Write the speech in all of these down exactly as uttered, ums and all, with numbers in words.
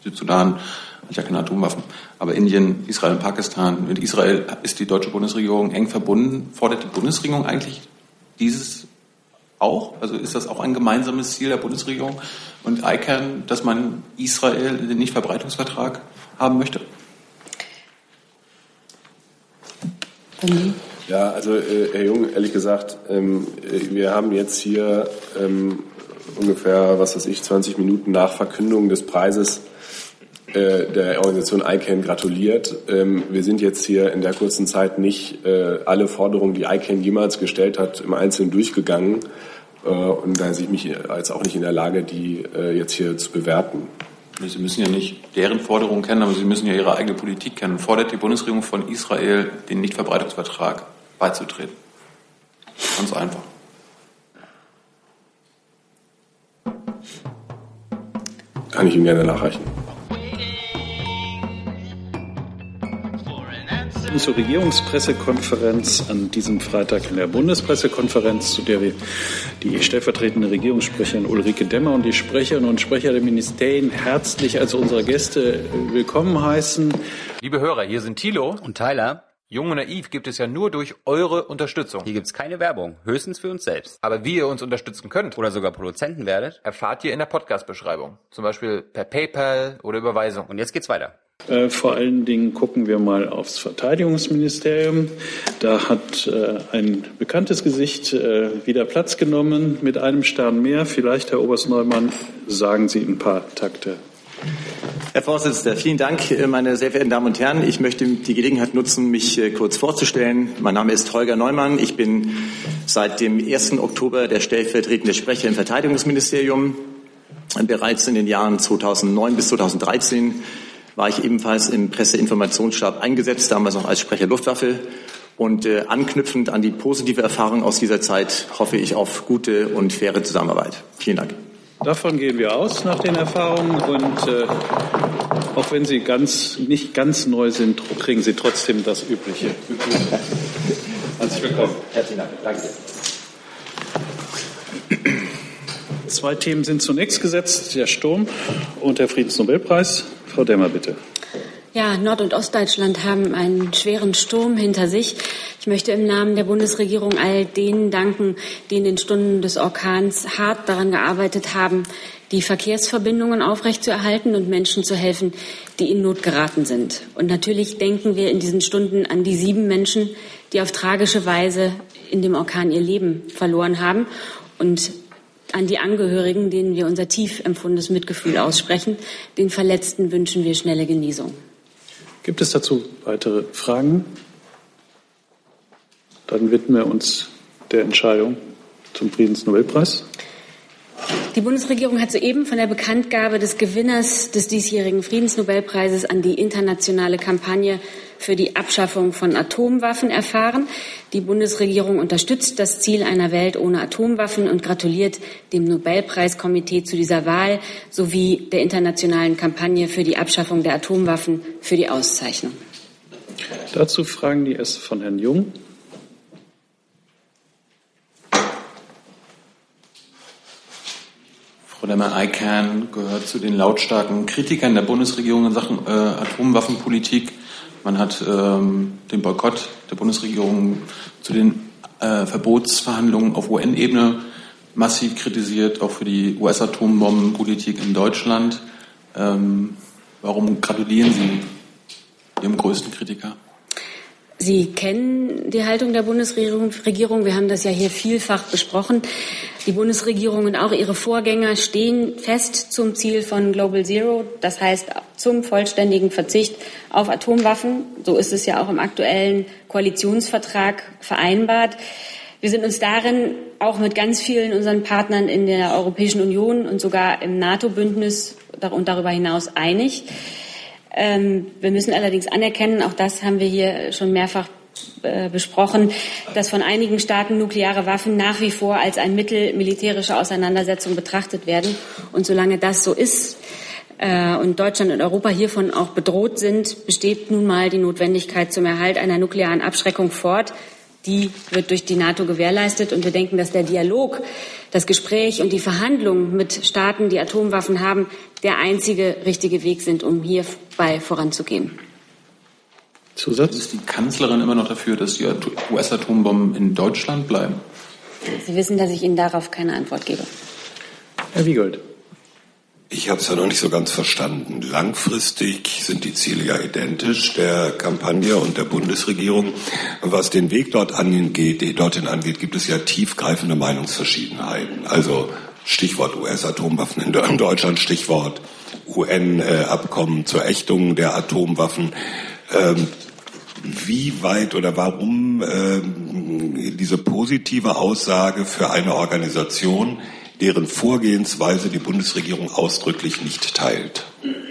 Südsudan hat ja keine Atomwaffen. Aber Indien, Israel und Pakistan. Mit Israel ist die deutsche Bundesregierung eng verbunden. Fordert die Bundesregierung eigentlich dieses auch? Also ist das auch ein gemeinsames Ziel der Bundesregierung und I C A N, dass man Israel den Nichtverbreitungsvertrag haben möchte? Ja, also äh, Herr Jung, ehrlich gesagt, ähm, wir haben jetzt hier ähm, ungefähr, was weiß ich, zwanzig Minuten nach Verkündung des Preises äh, der Organisation I C A N gratuliert. Ähm, wir sind jetzt hier in der kurzen Zeit nicht äh, alle Forderungen, die I C A N jemals gestellt hat, im Einzelnen durchgegangen. Äh, und da sehe ich mich jetzt auch nicht in der Lage, die äh, jetzt hier zu bewerten. Sie müssen ja nicht deren Forderungen kennen, aber Sie müssen ja Ihre eigene Politik kennen. Fordert die Bundesregierung von Israel, den Nichtverbreitungsvertrag beizutreten? Ganz einfach. Kann ich Ihnen gerne nachreichen. Zur Regierungspressekonferenz an diesem Freitag in der Bundespressekonferenz, zu der wir die stellvertretende Regierungssprecherin Ulrike Demmer und die Sprecherinnen und Sprecher der Ministerien herzlich als unsere Gäste willkommen heißen. Liebe Hörer, hier sind Thilo und Tyler. Jung und Naiv gibt es ja nur durch eure Unterstützung. Hier gibt es keine Werbung, höchstens für uns selbst. Aber wie ihr uns unterstützen könnt oder sogar Produzenten werdet, erfahrt ihr in der Podcast-Beschreibung. Zum Beispiel per PayPal oder Überweisung. Und jetzt geht's weiter. Äh, vor allen Dingen gucken wir mal aufs Verteidigungsministerium. Da hat äh, ein bekanntes Gesicht äh, wieder Platz genommen mit einem Stern mehr. Vielleicht, Herr Oberst Neumann, sagen Sie ein paar Takte. Herr Vorsitzender, vielen Dank, meine sehr verehrten Damen und Herren. Ich möchte die Gelegenheit nutzen, mich kurz vorzustellen. Mein Name ist Holger Neumann. Ich bin seit dem ersten Oktober der stellvertretende Sprecher im Verteidigungsministerium. Bereits in den Jahren zweitausendneun bis zweitausenddreizehn war ich ebenfalls im Presseinformationsstab eingesetzt, damals noch als Sprecher Luftwaffe. Und äh, anknüpfend an die positive Erfahrung aus dieser Zeit hoffe ich auf gute und faire Zusammenarbeit. Vielen Dank. Davon gehen wir aus nach den Erfahrungen. Und äh, auch wenn Sie ganz, nicht ganz neu sind, kriegen Sie trotzdem das Übliche. Herzlich willkommen. Herzlichen Dank. Danke. Zwei Themen sind zunächst gesetzt, der Sturm und der Friedensnobelpreis. Frau Demmer, bitte. Ja, Nord- und Ostdeutschland haben einen schweren Sturm hinter sich. Ich möchte im Namen der Bundesregierung all denen danken, die in den Stunden des Orkans hart daran gearbeitet haben, die Verkehrsverbindungen aufrechtzuerhalten und Menschen zu helfen, die in Not geraten sind. Und natürlich denken wir in diesen Stunden an die sieben Menschen, die auf tragische Weise in dem Orkan ihr Leben verloren haben und an die Angehörigen, denen wir unser tief empfundenes Mitgefühl aussprechen. Den Verletzten wünschen wir schnelle Genesung. Gibt es dazu weitere Fragen? Dann widmen wir uns der Entscheidung zum Friedensnobelpreis. Die Bundesregierung hat soeben von der Bekanntgabe des Gewinners des diesjährigen Friedensnobelpreises an die internationale Kampagne für die Abschaffung von Atomwaffen erfahren. Die Bundesregierung unterstützt das Ziel einer Welt ohne Atomwaffen und gratuliert dem Nobelpreiskomitee zu dieser Wahl sowie der internationalen Kampagne für die Abschaffung der Atomwaffen für die Auszeichnung. Dazu fragen die erst von Herrn Jung. Frau Demmer, I C A N gehört zu den lautstarken Kritikern der Bundesregierung in Sachen äh, Atomwaffenpolitik. Man hat ähm, den Boykott der Bundesregierung zu den äh, Verbotsverhandlungen auf U N-Ebene massiv kritisiert, auch für die U S-Atombombenpolitik in Deutschland. Ähm, warum gratulieren Sie Ihrem größten Kritiker? Sie kennen die Haltung der Bundesregierung. Wir haben das ja hier vielfach besprochen. Die Bundesregierung und auch ihre Vorgänger stehen fest zum Ziel von Global Zero, das heißt zum vollständigen Verzicht auf Atomwaffen. So ist es ja auch im aktuellen Koalitionsvertrag vereinbart. Wir sind uns darin auch mit ganz vielen unseren Partnern in der Europäischen Union und sogar im NATO-Bündnis und darüber hinaus einig. Ähm, wir müssen allerdings anerkennen, auch das haben wir hier schon mehrfach äh, besprochen, dass von einigen Staaten nukleare Waffen nach wie vor als ein Mittel militärischer Auseinandersetzung betrachtet werden. Und solange das so ist äh, und Deutschland und Europa hiervon auch bedroht sind, besteht nun mal die Notwendigkeit zum Erhalt einer nuklearen Abschreckung fort. die wird durch die NATO gewährleistet. Und wir denken, dass der Dialog, das Gespräch und die Verhandlungen mit Staaten, die Atomwaffen haben, der einzige richtige Weg sind, um hierbei voranzugehen. Zusatz? Ist die Kanzlerin immer noch dafür, dass die U S-Atombomben in Deutschland bleiben? Sie wissen, dass ich Ihnen darauf keine Antwort gebe. Herr Wiegold. Ich habe es ja noch nicht so ganz verstanden. Langfristig sind die Ziele ja identisch der Kampagne und der Bundesregierung. Was den Weg dort angeht, dorthin angeht, gibt es ja tiefgreifende Meinungsverschiedenheiten. Also Stichwort U S-Atomwaffen in Deutschland, Stichwort U N-Abkommen zur Ächtung der Atomwaffen. Ähm, wie weit oder warum ähm, diese positive Aussage für eine Organisation, deren Vorgehensweise die Bundesregierung ausdrücklich nicht teilt?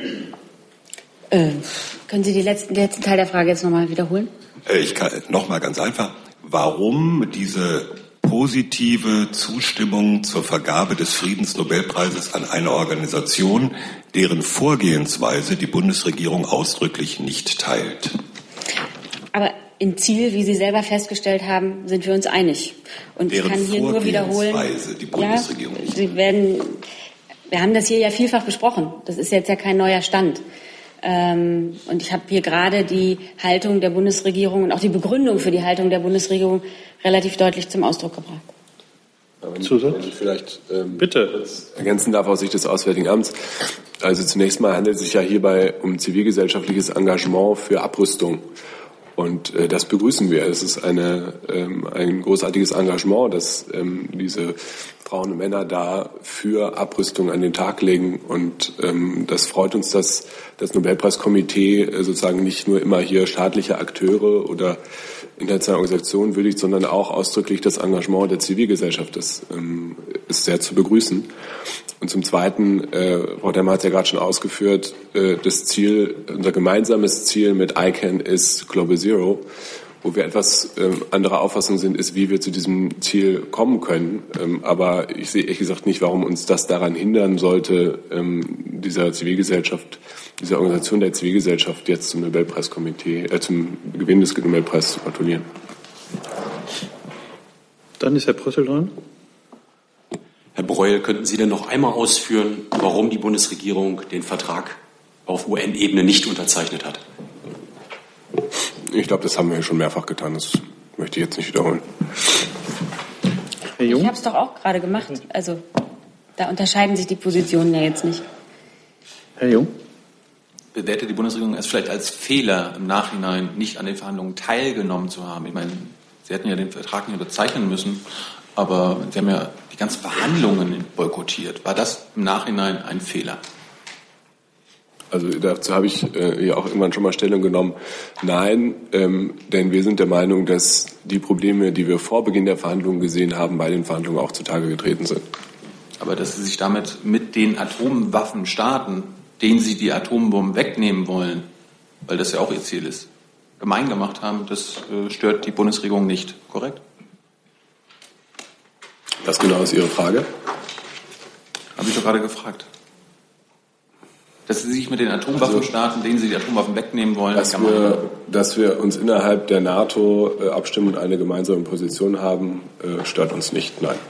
Äh, können Sie die letzten, den letzten Teil der Frage jetzt nochmal wiederholen? Äh, ich kann nochmal ganz einfach. Warum diese positive Zustimmung zur Vergabe des Friedensnobelpreises an eine Organisation, deren Vorgehensweise die Bundesregierung ausdrücklich nicht teilt? Aber im Ziel, wie Sie selber festgestellt haben, sind wir uns einig. Und ich kann hier nur wiederholen, die Bundesregierung ja, Sie werden, wir haben das hier ja vielfach besprochen. Das ist jetzt ja kein neuer Stand. Ähm, und ich habe hier gerade die Haltung der Bundesregierung und auch die Begründung für die Haltung der Bundesregierung relativ deutlich zum Ausdruck gebracht. Wenn, wenn ich vielleicht ähm, Bitte ergänzen darf aus Sicht des Auswärtigen Amts. Also zunächst mal handelt es sich ja hierbei um zivilgesellschaftliches Engagement für Abrüstung. Und äh, das begrüßen wir. Es ist eine, ähm, ein großartiges Engagement, dass ähm, diese Frauen und Männer da für Abrüstung an den Tag legen. Und ähm, das freut uns, dass das Nobelpreiskomitee äh, sozusagen nicht nur immer hier staatliche Akteure oder internationale Organisationen würdigt, sondern auch ausdrücklich das Engagement der Zivilgesellschaft. Das ähm, ist sehr zu begrüßen. Und zum Zweiten, äh, Frau Demmer hat es ja gerade schon ausgeführt, äh, das Ziel, unser gemeinsames Ziel mit I C A N ist Global Zero. Wo wir etwas äh, anderer Auffassung sind, ist, wie wir zu diesem Ziel kommen können. Ähm, aber ich sehe ehrlich gesagt nicht, warum uns das daran hindern sollte, ähm, dieser Zivilgesellschaft, dieser Organisation der Zivilgesellschaft jetzt zum Nobelpreiskomitee, äh, zum Gewinn des Nobelpreises zu gratulieren. Dann ist Herr Brüssel dran. Herr Breuel, könnten Sie denn noch einmal ausführen, warum die Bundesregierung den Vertrag auf U N-Ebene nicht unterzeichnet hat? Ich glaube, das haben wir schon mehrfach getan. Das möchte ich jetzt nicht wiederholen. Herr Jung? Ich habe es doch auch gerade gemacht. Also da unterscheiden sich die Positionen ja jetzt nicht. Herr Jung? Bewertet die Bundesregierung es vielleicht als Fehler, im Nachhinein nicht an den Verhandlungen teilgenommen zu haben? Ich meine, Sie hätten ja den Vertrag nicht unterzeichnen müssen, aber Sie haben ja die ganzen Verhandlungen boykottiert. War das im Nachhinein ein Fehler? Also dazu habe ich äh, ja auch irgendwann schon mal Stellung genommen. Nein, ähm, denn wir sind der Meinung, dass die Probleme, die wir vor Beginn der Verhandlungen gesehen haben, bei den Verhandlungen auch zutage getreten sind. Aber dass Sie sich damit mit den Atomwaffenstaaten, denen Sie die Atombomben wegnehmen wollen, weil das ja auch Ihr Ziel ist, gemein gemacht haben, das äh, stört die Bundesregierung nicht, korrekt? Was genau ist Ihre Frage? Habe ich doch gerade gefragt. Dass Sie sich mit den Atomwaffenstaaten, denen Sie die Atomwaffen wegnehmen wollen, dass wir, dass wir uns innerhalb der NATO äh, abstimmen und eine gemeinsame Position haben, äh, stört uns nicht, nein.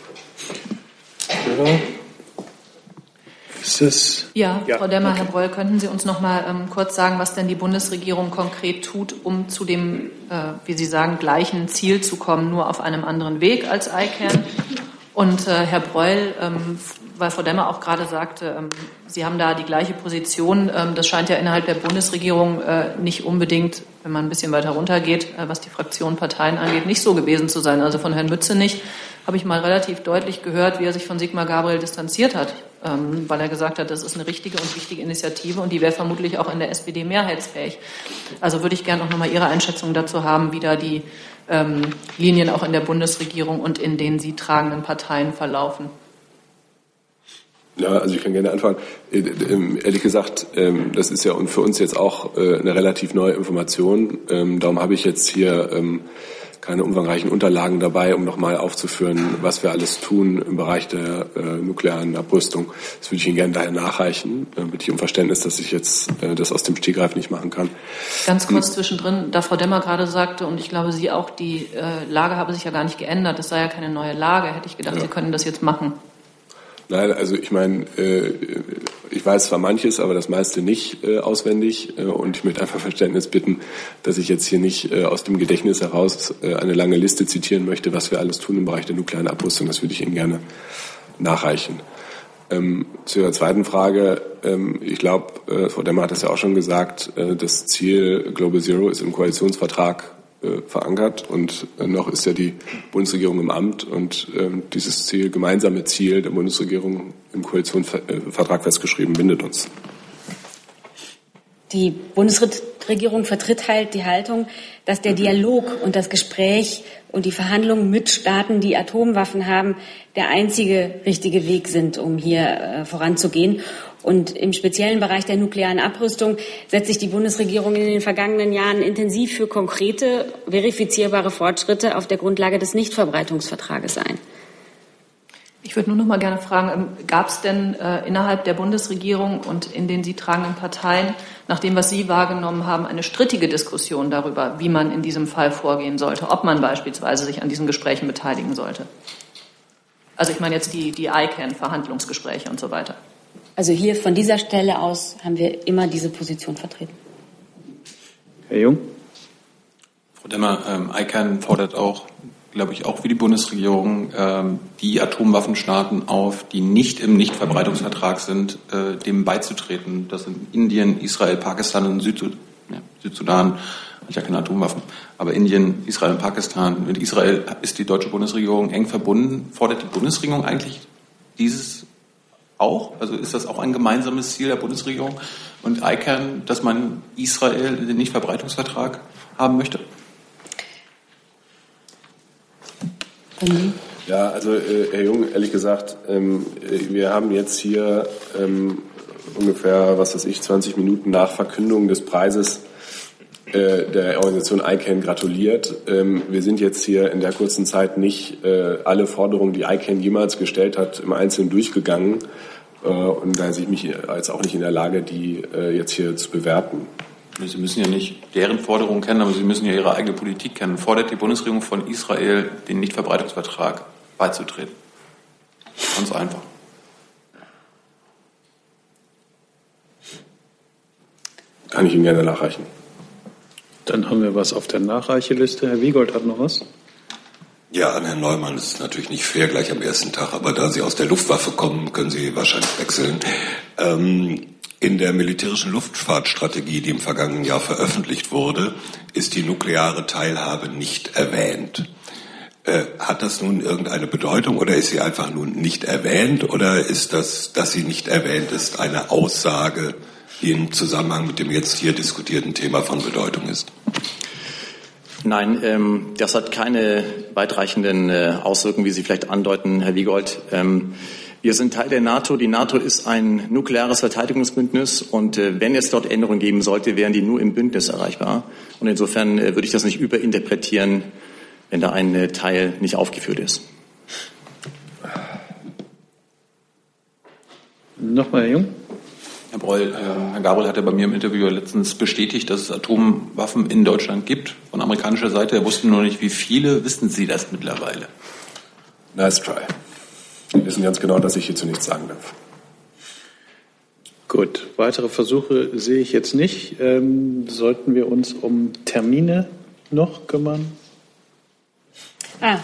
Ja. Ist das? Ja, Ja, Frau Demmer, okay. Herr Breul, könnten Sie uns noch mal ähm, kurz sagen, was denn die Bundesregierung konkret tut, um zu dem, äh, wie Sie sagen, gleichen Ziel zu kommen, nur auf einem anderen Weg als I C A N? Und äh, Herr Breul, ähm, weil Frau Demmer auch gerade sagte, ähm, Sie haben da die gleiche Position. Ähm, das scheint ja innerhalb der Bundesregierung äh, nicht unbedingt, wenn man ein bisschen weiter runtergeht, äh, was die Fraktionen, Parteien angeht, nicht so gewesen zu sein. Also von Herrn Mützenich habe ich mal relativ deutlich gehört, wie er sich von Sigmar Gabriel distanziert hat, ähm, weil er gesagt hat, das ist eine richtige und wichtige Initiative und die wäre vermutlich auch in der S P D mehrheitsfähig. Also würde ich gerne auch noch mal Ihre Einschätzung dazu haben, wie da die ähm, Linien auch in der Bundesregierung und in den sie tragenden Parteien verlaufen. Ja, also ich kann gerne anfangen. Äh, äh, ehrlich gesagt, ähm, das ist ja für uns jetzt auch äh, eine relativ neue Information. Ähm, darum habe ich jetzt hier ähm, keine umfangreichen Unterlagen dabei, um nochmal aufzuführen, was wir alles tun im Bereich der äh, nuklearen Abrüstung. Das würde ich Ihnen gerne daher nachreichen. Äh, bitte ich um Verständnis, dass ich jetzt äh, das aus dem Stegreif nicht machen kann. Ganz kurz zwischendrin, da Frau Demmer gerade sagte, und ich glaube, Sie auch, die äh, Lage habe sich ja gar nicht geändert. Es sei ja keine neue Lage. Hätte ich gedacht, ja. Sie können das jetzt machen. Nein, also ich meine, äh, ich weiß zwar manches, aber das meiste nicht äh, auswendig. Äh, und ich möchte einfach Verständnis bitten, dass ich jetzt hier nicht äh, aus dem Gedächtnis heraus äh, eine lange Liste zitieren möchte, was wir alles tun im Bereich der nuklearen Abrüstung. Das würde ich Ihnen gerne nachreichen. Ähm, zu Ihrer zweiten Frage. Ähm, ich glaube, äh, Frau Demmer hat das ja auch schon gesagt, äh, das Ziel Global Zero ist im Koalitionsvertrag verankert und noch ist ja die Bundesregierung im Amt und dieses Ziel, gemeinsame Ziel der Bundesregierung im Koalitionsvertrag festgeschrieben, bindet uns. Die Bundesregierung vertritt halt die Haltung, dass der Dialog und das Gespräch und die Verhandlungen mit Staaten, die Atomwaffen haben, der einzige richtige Weg sind, um hier äh, voranzugehen. Und im speziellen Bereich der nuklearen Abrüstung setzt sich die Bundesregierung in den vergangenen Jahren intensiv für konkrete, verifizierbare Fortschritte auf der Grundlage des Nichtverbreitungsvertrages ein. Ich würde nur noch mal gerne fragen, gab es denn äh, innerhalb der Bundesregierung und in den sie tragenden Parteien, nach dem, was Sie wahrgenommen haben, eine strittige Diskussion darüber, wie man in diesem Fall vorgehen sollte, ob man beispielsweise sich an diesen Gesprächen beteiligen sollte? Also ich meine jetzt die, die I C A N-Verhandlungsgespräche und so weiter. Also hier von dieser Stelle aus haben wir immer diese Position vertreten. Herr Jung? Frau Demmer, ähm, I C A N fordert auch, glaube ich, auch wie die Bundesregierung, ähm, die Atomwaffenstaaten auf, die nicht im Nichtverbreitungsvertrag sind, äh, dem beizutreten. Das sind Indien, Israel, Pakistan und Südsud- ja, Südsudan. Hat ja keine Atomwaffen. Aber Indien, Israel und Pakistan. Mit Israel ist die deutsche Bundesregierung eng verbunden. Fordert die Bundesregierung eigentlich dieses auch? Also ist das auch ein gemeinsames Ziel der Bundesregierung und I C A N, dass man Israel den Nichtverbreitungsvertrag haben möchte? Ja, also äh, Herr Jung, ehrlich gesagt, ähm, wir haben jetzt hier ähm, ungefähr, was weiß ich, zwanzig Minuten nach Verkündung des Preises äh, der Organisation I C A N gratuliert. Ähm, wir sind jetzt hier in der kurzen Zeit nicht äh, alle Forderungen, die I C A N jemals gestellt hat, im Einzelnen durchgegangen. Äh, und da sehe ich mich jetzt auch nicht in der Lage, die äh, jetzt hier zu bewerten. Sie müssen ja nicht deren Forderungen kennen, aber Sie müssen ja Ihre eigene Politik kennen. Fordert die Bundesregierung von Israel, den Nichtverbreitungsvertrag beizutreten? Ganz einfach. Kann ich Ihnen gerne nachreichen. Dann haben wir was auf der Nachreicheliste. Herr Wiegold hat noch was. Ja, an Herrn Neumann ist es natürlich nicht fair, gleich am ersten Tag, aber da Sie aus der Luftwaffe kommen, können Sie wahrscheinlich wechseln. Ähm, In der militärischen Luftfahrtstrategie, die im vergangenen Jahr veröffentlicht wurde, ist die nukleare Teilhabe nicht erwähnt. Äh, hat das nun irgendeine Bedeutung oder ist sie einfach nun nicht erwähnt oder ist das, dass sie nicht erwähnt ist, eine Aussage, die im Zusammenhang mit dem jetzt hier diskutierten Thema von Bedeutung ist? Nein, ähm, das hat keine weitreichenden äh, Auswirkungen, wie Sie vielleicht andeuten, Herr Wiegold. Ähm, Wir sind Teil der NATO. Die NATO ist ein nukleares Verteidigungsbündnis und äh, wenn es dort Änderungen geben sollte, wären die nur im Bündnis erreichbar. Und insofern äh, würde ich das nicht überinterpretieren, wenn da ein äh, Teil nicht aufgeführt ist. Nochmal, Herr Jung. Herr Breul, äh, Herr Gabriel hat ja bei mir im Interview letztens bestätigt, dass es Atomwaffen in Deutschland gibt von amerikanischer Seite. Er wusste nur nicht, wie viele. Wissen Sie das mittlerweile? Nice try. Wir wissen ganz genau, dass ich hierzu nichts sagen darf. Gut, weitere Versuche sehe ich jetzt nicht. Ähm, sollten wir uns um Termine noch kümmern? Ah.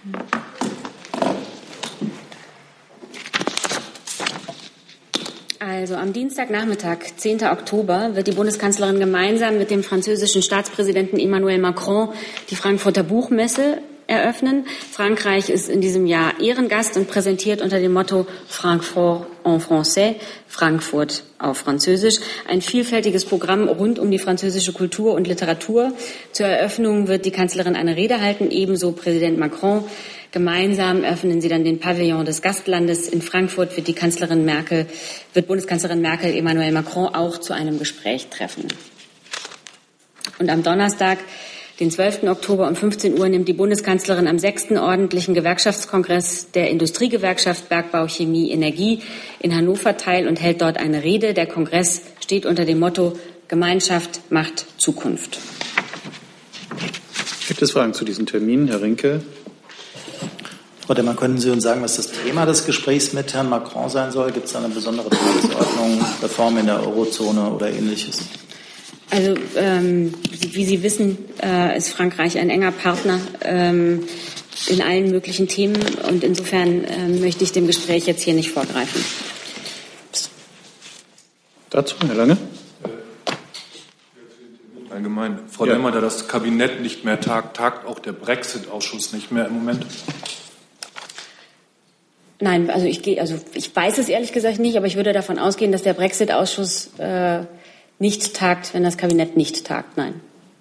Also am Dienstagnachmittag, zehnten Oktober, wird die Bundeskanzlerin gemeinsam mit dem französischen Staatspräsidenten Emmanuel Macron die Frankfurter Buchmesse eröffnen. Frankreich ist in diesem Jahr Ehrengast und präsentiert unter dem Motto Francfort en français, Frankfurt auf Französisch, ein vielfältiges Programm rund um die französische Kultur und Literatur. Zur Eröffnung wird die Kanzlerin eine Rede halten, ebenso Präsident Macron. Gemeinsam öffnen sie dann den Pavillon des Gastlandes. In Frankfurt wird die Kanzlerin Merkel, wird Bundeskanzlerin Merkel Emmanuel Macron auch zu einem Gespräch treffen. Und am Donnerstag Den zwölften Oktober um fünfzehn Uhr nimmt die Bundeskanzlerin am sechsten ordentlichen Gewerkschaftskongress der Industriegewerkschaft Bergbau, Chemie, Energie in Hannover teil und hält dort eine Rede. Der Kongress steht unter dem Motto Gemeinschaft macht Zukunft. Gibt es Fragen zu diesem Termin, Herr Rinke? Frau Demmer, können Sie uns sagen, was das Thema des Gesprächs mit Herrn Macron sein soll? Gibt es da eine besondere Tagesordnung, Reform in der Eurozone oder Ähnliches? Also ähm, wie Sie wissen, äh, ist Frankreich ein enger Partner ähm, in allen möglichen Themen. Und insofern äh, möchte ich dem Gespräch jetzt hier nicht vorgreifen. Dazu, Herr Lange? Allgemein. Frau ja. Demmer, da das Kabinett nicht mehr tagt, tagt auch der Brexit-Ausschuss nicht mehr im Moment? Nein, also ich gehe, also ich weiß es ehrlich gesagt nicht, aber ich würde davon ausgehen, dass der Brexit-Ausschuss äh, nicht tagt, wenn das Kabinett nicht tagt. Nein.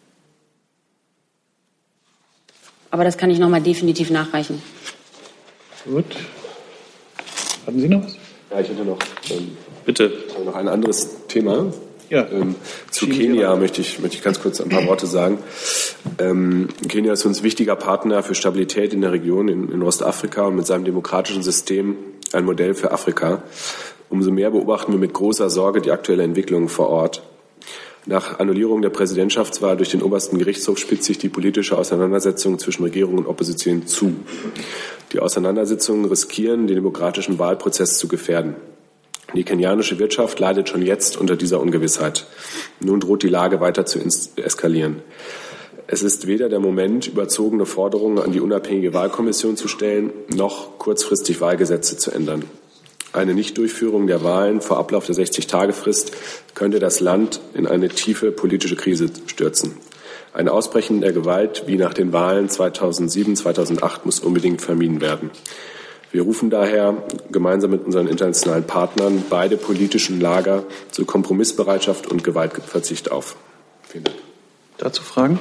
Aber das kann ich noch mal definitiv nachreichen. Gut. Haben Sie noch was? Ja, ich hätte noch. Ähm, Bitte. Noch ein anderes Thema. Ja. Ähm, zu Kenia möchte ich, möchte ich ganz kurz ein paar Worte sagen. Ähm, Kenia ist für uns wichtiger Partner für Stabilität in der Region, in, in Ostafrika und mit seinem demokratischen System ein Modell für Afrika. Umso mehr beobachten wir mit großer Sorge die aktuelle Entwicklung vor Ort. Nach Annullierung der Präsidentschaftswahl durch den obersten Gerichtshof spitzt sich die politische Auseinandersetzung zwischen Regierung und Opposition zu. Die Auseinandersetzungen riskieren, den demokratischen Wahlprozess zu gefährden. Die kenianische Wirtschaft leidet schon jetzt unter dieser Ungewissheit. Nun droht die Lage weiter zu eskalieren. Es ist weder der Moment, überzogene Forderungen an die unabhängige Wahlkommission zu stellen, noch kurzfristig Wahlgesetze zu ändern. Eine Nichtdurchführung der Wahlen vor Ablauf der sechzig-Tage-Frist könnte das Land in eine tiefe politische Krise stürzen. Ein Ausbrechen der Gewalt wie nach den Wahlen zweitausendsieben, zweitausendacht muss unbedingt vermieden werden. Wir rufen daher gemeinsam mit unseren internationalen Partnern beide politischen Lager zu Kompromissbereitschaft und Gewaltverzicht auf. Vielen Dank. Dazu Fragen?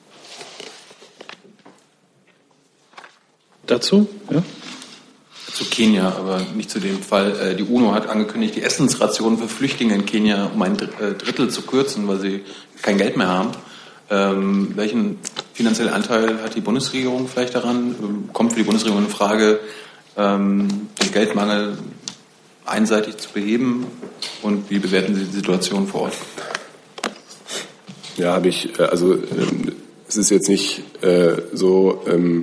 Dazu? Ja. Zu Kenia, aber nicht zu dem Fall. Die UNO hat angekündigt, die Essensrationen für Flüchtlinge in Kenia um ein Drittel zu kürzen, weil sie kein Geld mehr haben. Ähm, welchen finanziellen Anteil hat die Bundesregierung vielleicht daran? Kommt für die Bundesregierung in Frage, ähm, den Geldmangel einseitig zu beheben? Und wie bewerten Sie die Situation vor Ort? Ja, habe ich, also ähm, es ist jetzt nicht äh, so, ähm,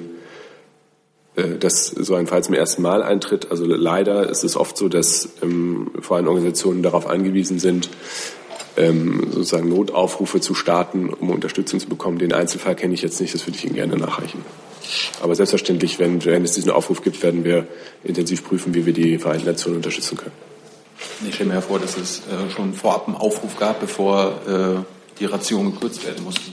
dass so ein Fall zum ersten Mal eintritt. Also leider ist es oft so, dass ähm, vor allem Organisationen darauf angewiesen sind, ähm, sozusagen Notaufrufe zu starten, um Unterstützung zu bekommen. Den Einzelfall kenne ich jetzt nicht, das würde ich Ihnen gerne nachreichen. Aber selbstverständlich, wenn, wenn es diesen Aufruf gibt, werden wir intensiv prüfen, wie wir die Vereinten Nationen unterstützen können. Ich stelle mir vor, dass es äh, schon vorab einen Aufruf gab, bevor äh, die Rationen gekürzt werden mussten.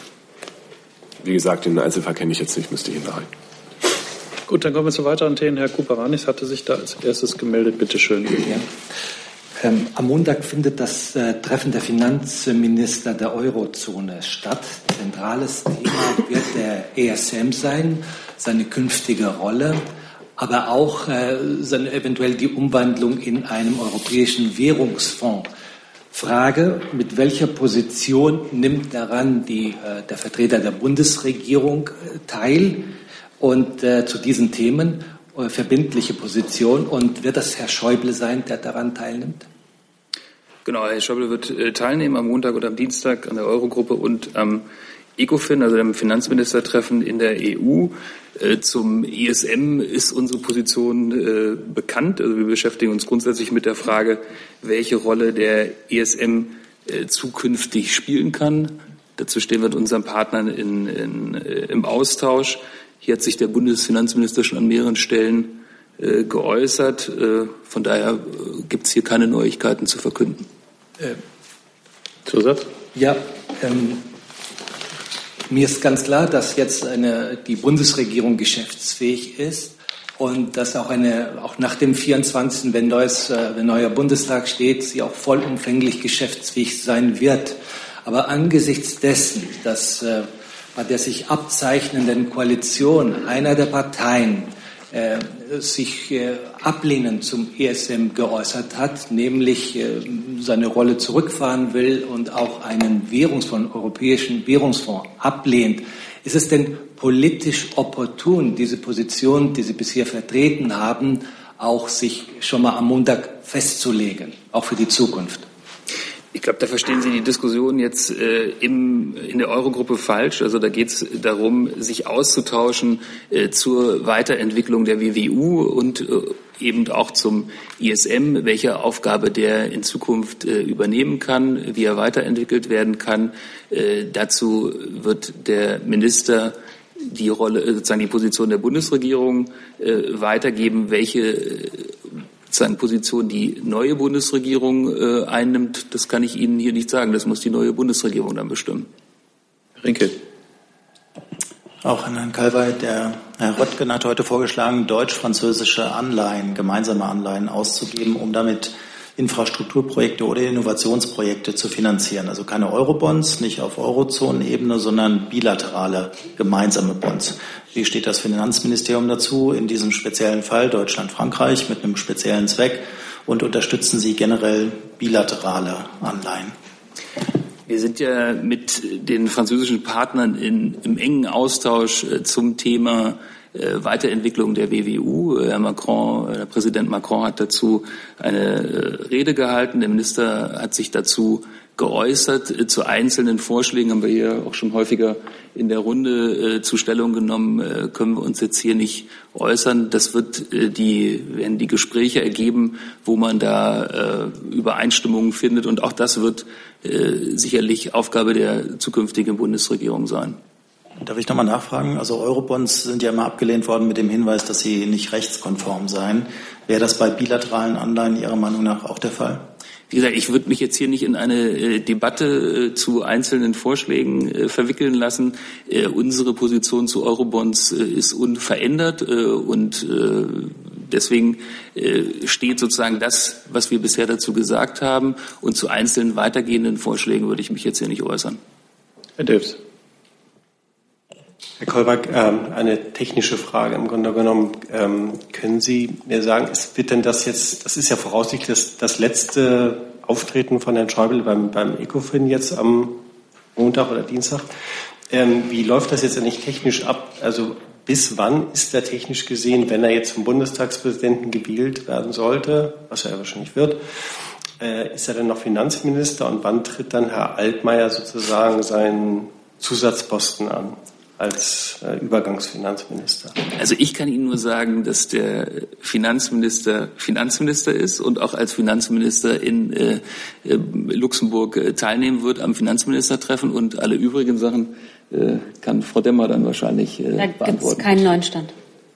Wie gesagt, den Einzelfall kenne ich jetzt nicht, müsste ich Ihnen nachreichen. Gut, dann kommen wir zu weiteren Themen. Herr Kuperanis hatte sich da als erstes gemeldet. Bitte schön. Ja. Ähm, am Montag findet das äh, Treffen der Finanzminister der Eurozone statt. Zentrales Thema wird der E S M sein, seine künftige Rolle, aber auch äh, seine, eventuell die Umwandlung in einem europäischen Währungsfonds. Frage, mit welcher Position nimmt daran die, äh, der Vertreter der Bundesregierung äh, teil? Und äh, zu diesen Themen äh, verbindliche Position. Und wird das Herr Schäuble sein, der daran teilnimmt? Genau, Herr Schäuble wird äh, teilnehmen am Montag und am Dienstag an der Eurogruppe und am ECOFIN, also dem Finanzministertreffen in der E U. Äh, zum E S M ist unsere Position äh, bekannt. Also wir beschäftigen uns grundsätzlich mit der Frage, welche Rolle der E S M äh, zukünftig spielen kann. Dazu stehen wir mit unseren Partnern in, in, äh, im Austausch. Hier hat sich der Bundesfinanzminister schon an mehreren Stellen äh, geäußert. Äh, von daher äh, gibt es hier keine Neuigkeiten zu verkünden. Äh, Zusatz? Ja, ähm, mir ist ganz klar, dass jetzt eine, die Bundesregierung geschäftsfähig ist und dass auch, eine, auch nach dem vierundzwanzigsten wenn, neues, äh, wenn neuer Bundestag steht, sie auch vollumfänglich geschäftsfähig sein wird. Aber angesichts dessen, dass äh, bei der sich abzeichnenden Koalition einer der Parteien äh, sich äh, ablehnend zum E S M geäußert hat, nämlich äh, seine Rolle zurückfahren will und auch einen Währungsfonds, europäischen Währungsfonds ablehnt. Ist es denn politisch opportun, diese Position, die Sie bisher vertreten haben, auch sich schon mal am Montag festzulegen, auch für die Zukunft? Ich glaube, da verstehen Sie die Diskussion jetzt äh, im, in der Eurogruppe falsch. Also da geht es darum, sich auszutauschen äh, zur Weiterentwicklung der W W U und äh, eben auch zum I S M, welche Aufgabe der in Zukunft äh, übernehmen kann, wie er weiterentwickelt werden kann. Äh, dazu wird der Minister die Rolle, sozusagen die Position der Bundesregierung äh, weitergeben, welche äh, sozusagen Position die neue Bundesregierung äh, einnimmt. Das kann ich Ihnen hier nicht sagen. Das muss die neue Bundesregierung dann bestimmen. Rinke. Auch an Herrn Kalwey, der Herr Röttgen hat heute vorgeschlagen, deutsch-französische Anleihen, gemeinsame Anleihen auszugeben, um damit Infrastrukturprojekte oder Innovationsprojekte zu finanzieren. Also keine Eurobonds, nicht auf Eurozonenebene, sondern bilaterale gemeinsame Bonds. Wie steht das Finanzministerium dazu in diesem speziellen Fall Deutschland-Frankreich mit einem speziellen Zweck und unterstützen Sie generell bilaterale Anleihen? Wir sind ja mit den französischen Partnern in, im engen Austausch äh, zum Thema äh, Weiterentwicklung der W W U. Herr Macron, der Präsident Macron hat dazu eine äh, Rede gehalten. Der Minister hat sich dazu geäußert. Äh, zu einzelnen Vorschlägen haben wir hier auch schon häufiger in der Runde äh, zu Stellung genommen, äh, können wir uns jetzt hier nicht äußern. Das wird äh, die, werden die Gespräche ergeben, wo man da äh, Übereinstimmungen findet. Und auch das wird äh, sicherlich Aufgabe der zukünftigen Bundesregierung sein. Darf ich nochmal nachfragen? Also Eurobonds sind ja immer abgelehnt worden mit dem Hinweis, dass sie nicht rechtskonform seien. Wäre das bei bilateralen Anleihen Ihrer Meinung nach auch der Fall? Wie gesagt, ich würde mich jetzt hier nicht in eine äh, Debatte äh, zu einzelnen Vorschlägen äh, verwickeln lassen. Äh, unsere Position zu Eurobonds äh, ist unverändert äh, und äh, deswegen äh, steht sozusagen das, was wir bisher dazu gesagt haben. Und zu einzelnen weitergehenden Vorschlägen würde ich mich jetzt hier nicht äußern. Herr Delfs. Herr Kolberg, ähm, eine technische Frage im Grunde genommen. Ähm, können Sie mir sagen, ist, wird denn das jetzt, das ist ja voraussichtlich das, das letzte Auftreten von Herrn Schäuble beim, beim ECOFIN jetzt am Montag oder Dienstag. Ähm, wie läuft das jetzt eigentlich technisch ab? Also bis wann ist er technisch gesehen, wenn er jetzt zum Bundestagspräsidenten gewählt werden sollte, was er ja wahrscheinlich wird, äh, ist er dann noch Finanzminister und wann tritt dann Herr Altmaier sozusagen seinen Zusatzposten an als äh, Übergangsfinanzminister? Also ich kann Ihnen nur sagen, dass der Finanzminister Finanzminister ist und auch als Finanzminister in äh, Luxemburg äh, teilnehmen wird am Finanzministertreffen und alle übrigen Sachen äh, kann Frau Demmer dann wahrscheinlich äh, da beantworten. Da gibt es keinen neuen Stand.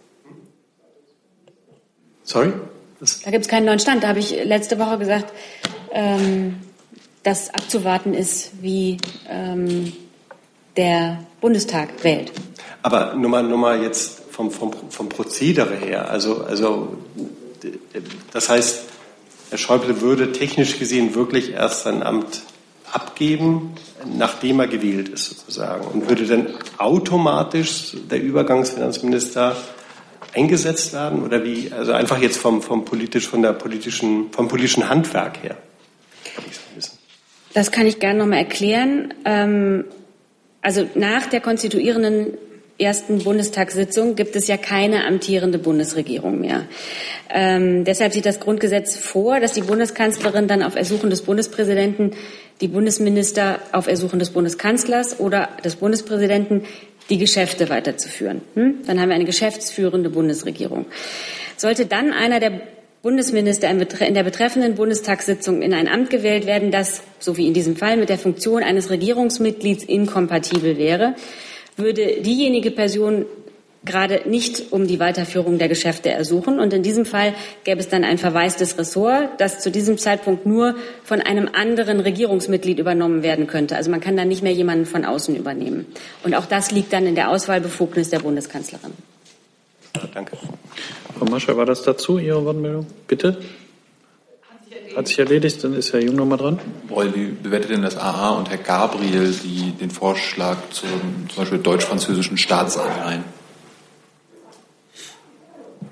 Sorry? Das da gibt es keinen neuen Stand. Da habe ich letzte Woche gesagt, ähm, dass abzuwarten ist, wie ähm, der Bundestag wählt. Aber nur mal, nur mal jetzt vom, vom, vom Prozedere her. Also, also, das heißt, Herr Schäuble würde technisch gesehen wirklich erst sein Amt abgeben, nachdem er gewählt ist sozusagen. Und würde dann automatisch der Übergangsfinanzminister eingesetzt werden? Oder wie? Also einfach jetzt vom, vom politisch, von der politischen, vom politischen Handwerk her. Das kann ich gerne nochmal erklären. Ähm, Also nach der konstituierenden ersten Bundestagssitzung gibt es ja keine amtierende Bundesregierung mehr. Ähm, deshalb sieht das Grundgesetz vor, dass die Bundeskanzlerin dann auf Ersuchen des Bundespräsidenten, die Bundesminister auf Ersuchen des Bundeskanzlers oder des Bundespräsidenten die Geschäfte weiterzuführen. Hm? Dann haben wir eine geschäftsführende Bundesregierung. Sollte dann einer der Bundesminister in der betreffenden Bundestagssitzung in ein Amt gewählt werden, das, so wie in diesem Fall, mit der Funktion eines Regierungsmitglieds inkompatibel wäre, würde diejenige Person gerade nicht um die Weiterführung der Geschäfte ersuchen. Und in diesem Fall gäbe es dann ein Verweis des Ressorts, das zu diesem Zeitpunkt nur von einem anderen Regierungsmitglied übernommen werden könnte. Also man kann dann nicht mehr jemanden von außen übernehmen. Und auch das liegt dann in der Auswahlbefugnis der Bundeskanzlerin. Danke. Frau Mascher, war das dazu, Ihre Wortmeldung? Bitte? Hat sich erledigt, dann ist Herr Jung noch mal dran. Wie bewertet denn das A A und Herr Gabriel die, den Vorschlag zum, zum Beispiel deutsch-französischen Staatsanleihen?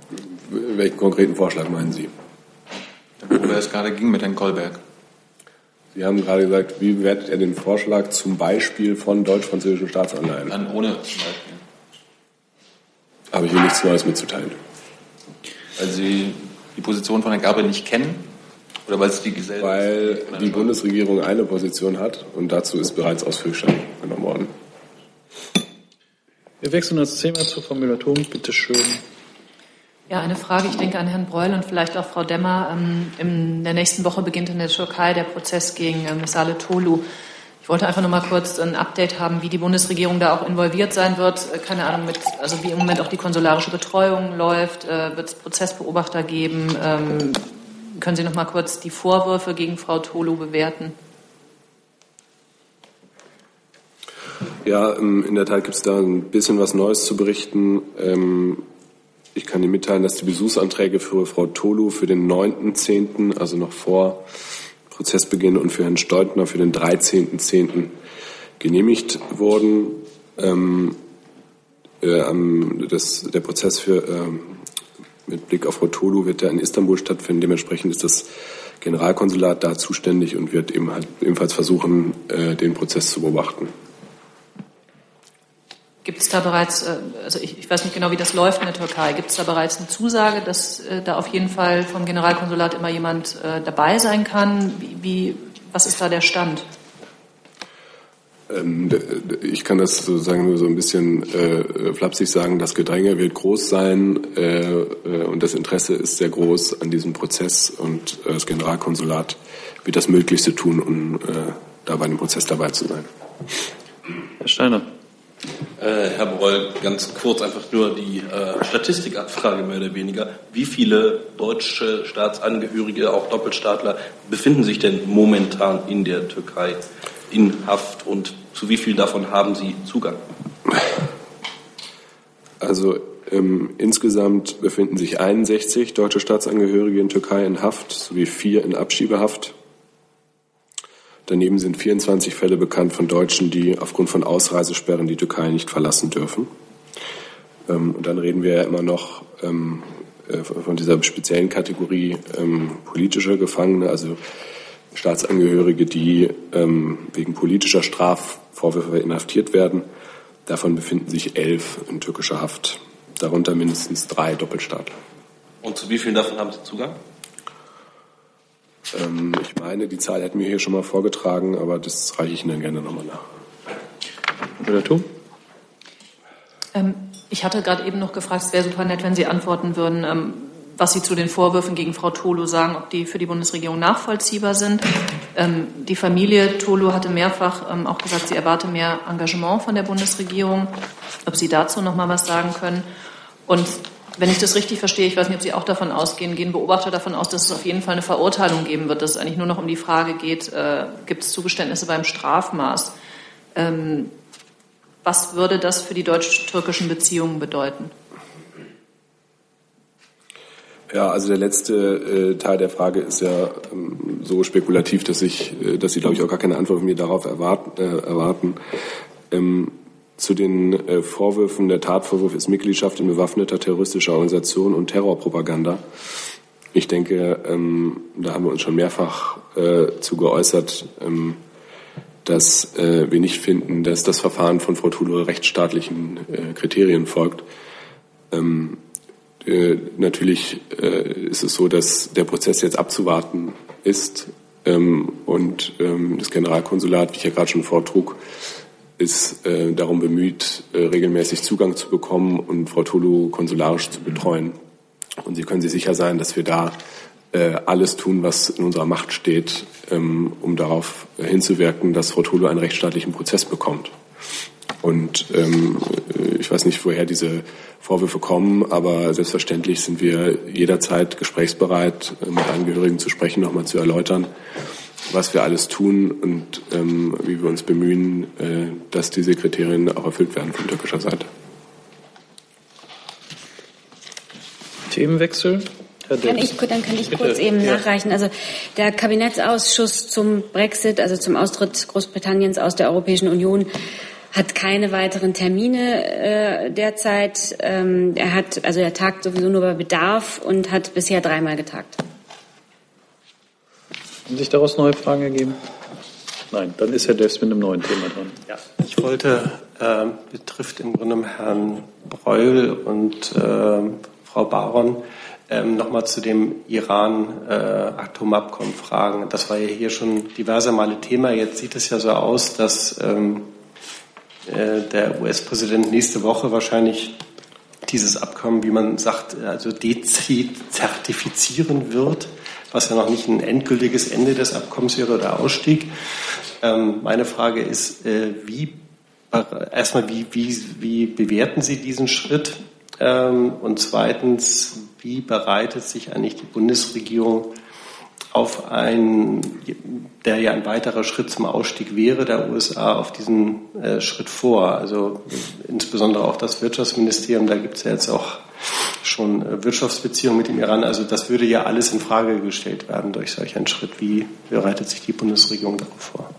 Welchen konkreten Vorschlag meinen Sie? Worüber es gerade ging mit Herrn Kolberg. Sie haben gerade gesagt, wie bewertet er den Vorschlag zum Beispiel von deutsch-französischen Staatsanleihen? Dann ohne zum Beispiel. Habe ich Ihnen nichts Neues mitzuteilen. Weil Sie die Position von Herrn Gabriel nicht kennen? Oder weil es die Gesellschaft... Weil die Bundesregierung eine Position hat und dazu ist bereits ausführlich Stellung genommen worden. Wir wechseln das Thema zu Frau Müller-Thom. Bitte schön. Ja, eine Frage, ich denke an Herrn Breul und vielleicht auch Frau Demmer. In der nächsten Woche beginnt in der Türkei der Prozess gegen Mesale Tolu. Ich wollte einfach noch mal kurz ein Update haben, wie die Bundesregierung da auch involviert sein wird. Keine Ahnung, mit, also wie im Moment auch die konsularische Betreuung läuft. Wird es Prozessbeobachter geben? Ähm, können Sie noch mal kurz die Vorwürfe gegen Frau Tolu bewerten? Ja, in der Tat gibt es da ein bisschen was Neues zu berichten. Ich kann Ihnen mitteilen, dass die Besuchsanträge für Frau Tolu für den neunten zehnten, also noch vor Prozessbeginn, und für Herrn Steutner für den dreizehnten zehnten genehmigt wurden. Ähm, äh, das, der Prozess für, äh, mit Blick auf Frau Tolu wird ja in Istanbul stattfinden. Dementsprechend ist das Generalkonsulat da zuständig und wird eben halt ebenfalls versuchen, äh, den Prozess zu beobachten. Gibt es da bereits, also ich, ich weiß nicht genau, wie das läuft in der Türkei, gibt es da bereits eine Zusage, dass äh, da auf jeden Fall vom Generalkonsulat immer jemand äh, dabei sein kann? Wie, wie, was ist da der Stand? Ähm, ich kann das sozusagen nur so ein bisschen äh, flapsig sagen, das Gedränge wird groß sein äh, und das Interesse ist sehr groß an diesem Prozess und äh, das Generalkonsulat wird das Möglichste tun, um äh, da bei dem Prozess dabei zu sein. Herr Steiner. Äh, Herr Breul, ganz kurz einfach nur die äh, Statistikabfrage mehr oder weniger. Wie viele deutsche Staatsangehörige, auch Doppelstaatler, befinden sich denn momentan in der Türkei in Haft und zu wie vielen davon haben Sie Zugang? Also ähm, insgesamt befinden sich einundsechzig deutsche Staatsangehörige in Türkei in Haft sowie vier in Abschiebehaft. Daneben sind vierundzwanzig Fälle bekannt von Deutschen, die aufgrund von Ausreisesperren die Türkei nicht verlassen dürfen. Ähm, und dann reden wir ja immer noch ähm, äh, von dieser speziellen Kategorie ähm, politischer Gefangene, also Staatsangehörige, die ähm, wegen politischer Strafvorwürfe inhaftiert werden. Davon befinden sich elf in türkischer Haft, darunter mindestens drei Doppelstaatler. Und zu wie vielen davon haben Sie Zugang? Ähm, ich meine, die Zahl hätten wir hier schon mal vorgetragen, aber das reiche ich Ihnen dann gerne nochmal nach. Müller-Thom? Ähm, ich hatte gerade eben noch gefragt, es wäre super nett, wenn Sie antworten würden, ähm, was Sie zu den Vorwürfen gegen Frau Tolu sagen, ob die für die Bundesregierung nachvollziehbar sind. Ähm, die Familie Tolu hatte mehrfach ähm, auch gesagt, sie erwarte mehr Engagement von der Bundesregierung. Ob Sie dazu noch mal was sagen können. Und wenn ich das richtig verstehe, ich weiß nicht, ob Sie auch davon ausgehen, gehen Beobachter davon aus, dass es auf jeden Fall eine Verurteilung geben wird, dass es eigentlich nur noch um die Frage geht, äh, gibt es Zugeständnisse beim Strafmaß? Ähm, was würde das für die deutsch-türkischen Beziehungen bedeuten? Ja, also der letzte äh, Teil der Frage ist ja ähm, so spekulativ, dass ich, äh, dass Sie, glaube ich, auch gar keine Antwort von mir darauf erwarten. Äh, erwarten. Ähm, Zu den äh, Vorwürfen, der Tatvorwurf ist Mitgliedschaft in bewaffneter terroristischer Organisation und Terrorpropaganda. Ich denke, ähm, da haben wir uns schon mehrfach äh, zu geäußert, ähm, dass äh, wir nicht finden, dass das Verfahren von Frau Tolu rechtsstaatlichen äh, Kriterien folgt. Ähm, äh, natürlich äh, ist es so, dass der Prozess jetzt abzuwarten ist ähm, und ähm, das Generalkonsulat, wie ich ja gerade schon vortrug, ist äh, darum bemüht, äh, regelmäßig Zugang zu bekommen und Frau Tolu konsularisch zu betreuen. Und Sie können sich sicher sein, dass wir da äh, alles tun, was in unserer Macht steht, ähm, um darauf äh, hinzuwirken, dass Frau Tolu einen rechtsstaatlichen Prozess bekommt. Und ähm, ich weiß nicht, woher diese Vorwürfe kommen, aber selbstverständlich sind wir jederzeit gesprächsbereit, äh, mit Angehörigen zu sprechen, nochmal zu erläutern, was wir alles tun und ähm, wie wir uns bemühen, äh, dass diese Kriterien auch erfüllt werden von türkischer Seite. Themenwechsel? Kann ich, dann kann ich Bitte. kurz eben Ja. nachreichen. Also der Kabinettsausschuss zum Brexit, also zum Austritt Großbritanniens aus der Europäischen Union, hat keine weiteren Termine äh, derzeit. Ähm, er hat, also er tagt sowieso nur bei Bedarf und hat bisher dreimal getagt. Haben sich daraus neue Fragen ergeben? Nein, dann ist Herr Delfs mit einem neuen Thema dran. Ja, ich wollte, äh, betrifft im Grunde Herrn Breul und äh, Frau Baron, ähm, nochmal zu dem Iran-Atomabkommen äh, fragen. Das war ja hier schon diverse Male Thema. Jetzt sieht es ja so aus, dass ähm, äh, der U S-Präsident nächste Woche wahrscheinlich dieses Abkommen, wie man sagt, also dezertifizieren wird, was ja noch nicht ein endgültiges Ende des Abkommens wäre oder Ausstieg. Ähm, meine Frage ist, äh, wie, erstmal, wie, wie, wie bewerten Sie diesen Schritt? Ähm, und zweitens, wie bereitet sich eigentlich die Bundesregierung auf einen, der ja ein weiterer Schritt zum Ausstieg wäre, der U S A, auf diesen äh, Schritt vor? Also insbesondere auch das Wirtschaftsministerium, da gibt es ja jetzt auch schon äh, Wirtschaftsbeziehungen mit dem Iran. Also das würde ja alles in Frage gestellt werden durch solch einen Schritt. Wie bereitet sich die Bundesregierung darauf vor?